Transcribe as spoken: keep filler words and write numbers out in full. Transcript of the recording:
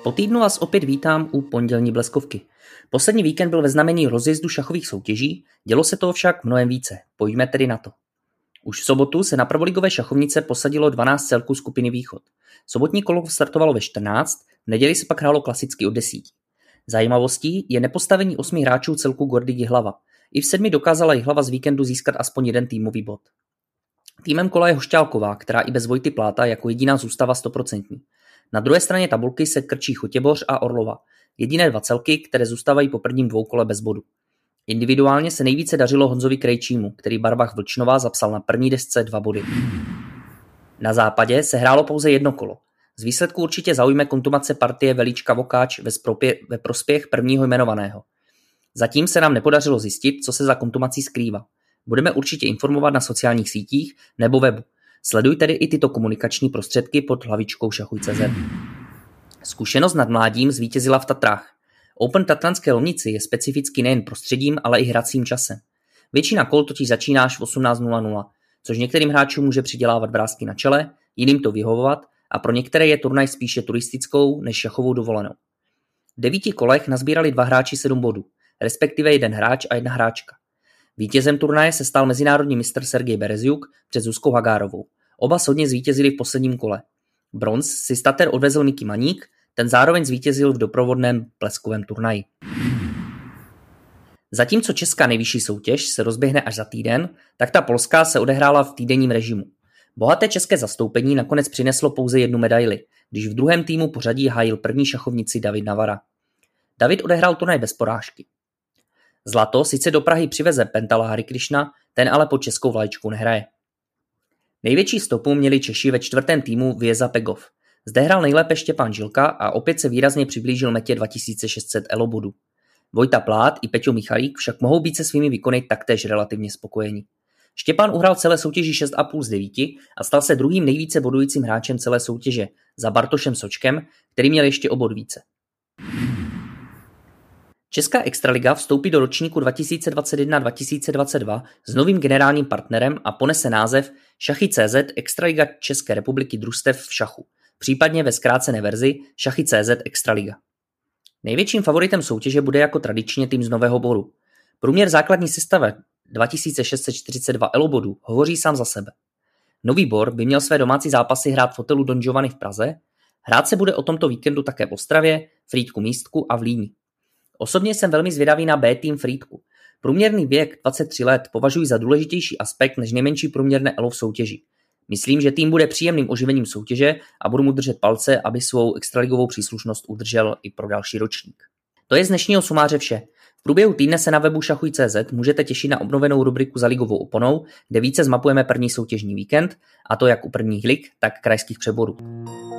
Po týdnu vás opět vítám u pondělní bleskovky. Poslední víkend byl ve znamení rozjezdu šachových soutěží, dělo se toho však mnohem více. Pojďme tedy na to. Už v sobotu se na prvoligové šachovnice posadilo dvanáct celků skupiny Východ. Sobotní kolo startovalo ve čtrnáct, v neděli se pak hrálo klasicky od desíti. Zajímavostí je nepostavení osmi hráčů celku Gordy Jihlava. I v sedmi dokázala Jihlava z víkendu získat aspoň jeden týmový bod. Týmem kola je Hošťálková, která i bez Vojty Pláta jako jediná zůstává stoprocentní. Na druhé straně tabulky se krčí Chotěboř a Orlova. Jediné dva celky, které zůstávají po prvním dvoukole bez bodu. Individuálně se nejvíce dařilo Honzovi Krejčímu, který barvách Vlčnova zapsal na první desce dva body. Na západě se hrálo pouze jedno kolo. Z výsledku určitě zaujme kontumace partie Velička Vokáč ve, spropě, ve prospěch prvního jmenovaného. Zatím se nám nepodařilo zjistit, co se za kontumací skrývá. Budeme určitě informovat na sociálních sítích nebo webu. Sleduj tedy i tyto komunikační prostředky pod hlavičkou šachuj tečka cé zet. Zkušenost nad mládím zvítězila v Tatrách. Open Tatranské Lomnici je specifický nejen prostředím, ale i hracím časem. Většina kol totiž začíná až v osmnáct nula nula, což některým hráčům může přidělávat vrásky na čele, jiným to vyhovovat a pro některé je turnaj spíše turistickou než šachovou dovolenou. V devíti kolech nazbírali dva hráči sedm bodů, respektive jeden hráč a jedna hráčka. Vítězem turnaje se stal mezinárodní mistr Sergej Bereziuk před Zuzkou Hagárovou. Oba shodně zvítězili v posledním kole. Bronz si stater odvezl Miky Maník, ten zároveň zvítězil v doprovodném bleskovém turnaji. Zatímco česká nejvyšší soutěž se rozběhne až za týden, tak ta polská se odehrála v týdenním režimu. Bohaté české zastoupení nakonec přineslo pouze jednu medaili, když v druhém týmu pořadí hájil první šachovnici David Navara. David odehrál turnaj bez porážky. Zlato sice do Prahy přiveze Pentala Harikrishna, ten ale pod českou vlaječkou nehraje. Největší stopu měli Češi ve čtvrtém týmu Věza Pegov. Zde hrál nejlépe Štěpán Žilka a opět se výrazně přiblížil metě dva tisíce šest set elo bodů. Vojta Plát i Peťo Michalík však mohou být se svými výkony taktéž relativně spokojeni. Štěpán uhrál celé soutěži šest a půl z devíti a stal se druhým nejvíce bodujícím hráčem celé soutěže za Bartošem Sočkem, který měl ještě o bod více. Česká extraliga vstoupí do ročníku dva tisíce dvacet jedna dva tisíce dvacet dva s novým generálním partnerem a ponese název Šachy tečka cé zet Extraliga České republiky družstev v šachu, případně ve zkrácené verzi Šachy tečka cé zet Extraliga. Největším favoritem soutěže bude jako tradičně tým z Nového Boru. Průměr základní sestavy dva tisíce šest set čtyřicet dva elo bodů hovoří sám za sebe. Nový Bor by měl své domácí zápasy hrát v hotelu Don Giovanni v Praze, hrát se bude o tomto víkendu také v Ostravě, Frýdku Místku a v Líni. Osobně jsem velmi zvědavý na B tým Frýdku. Průměrný věk dvacet tři let považuji za důležitější aspekt než nejmenší průměrné elo v soutěži. Myslím, že tým bude příjemným oživením soutěže a budu mu držet palce, aby svou extraligovou příslušnost udržel i pro další ročník. To je z dnešního sumáře vše. V průběhu týdne se na webu šachuj tečka cé zet můžete těšit na obnovenou rubriku Za ligovou oponou, kde více zmapujeme první soutěžní víkend, a to jak u prvních lig, tak krajských přeborů.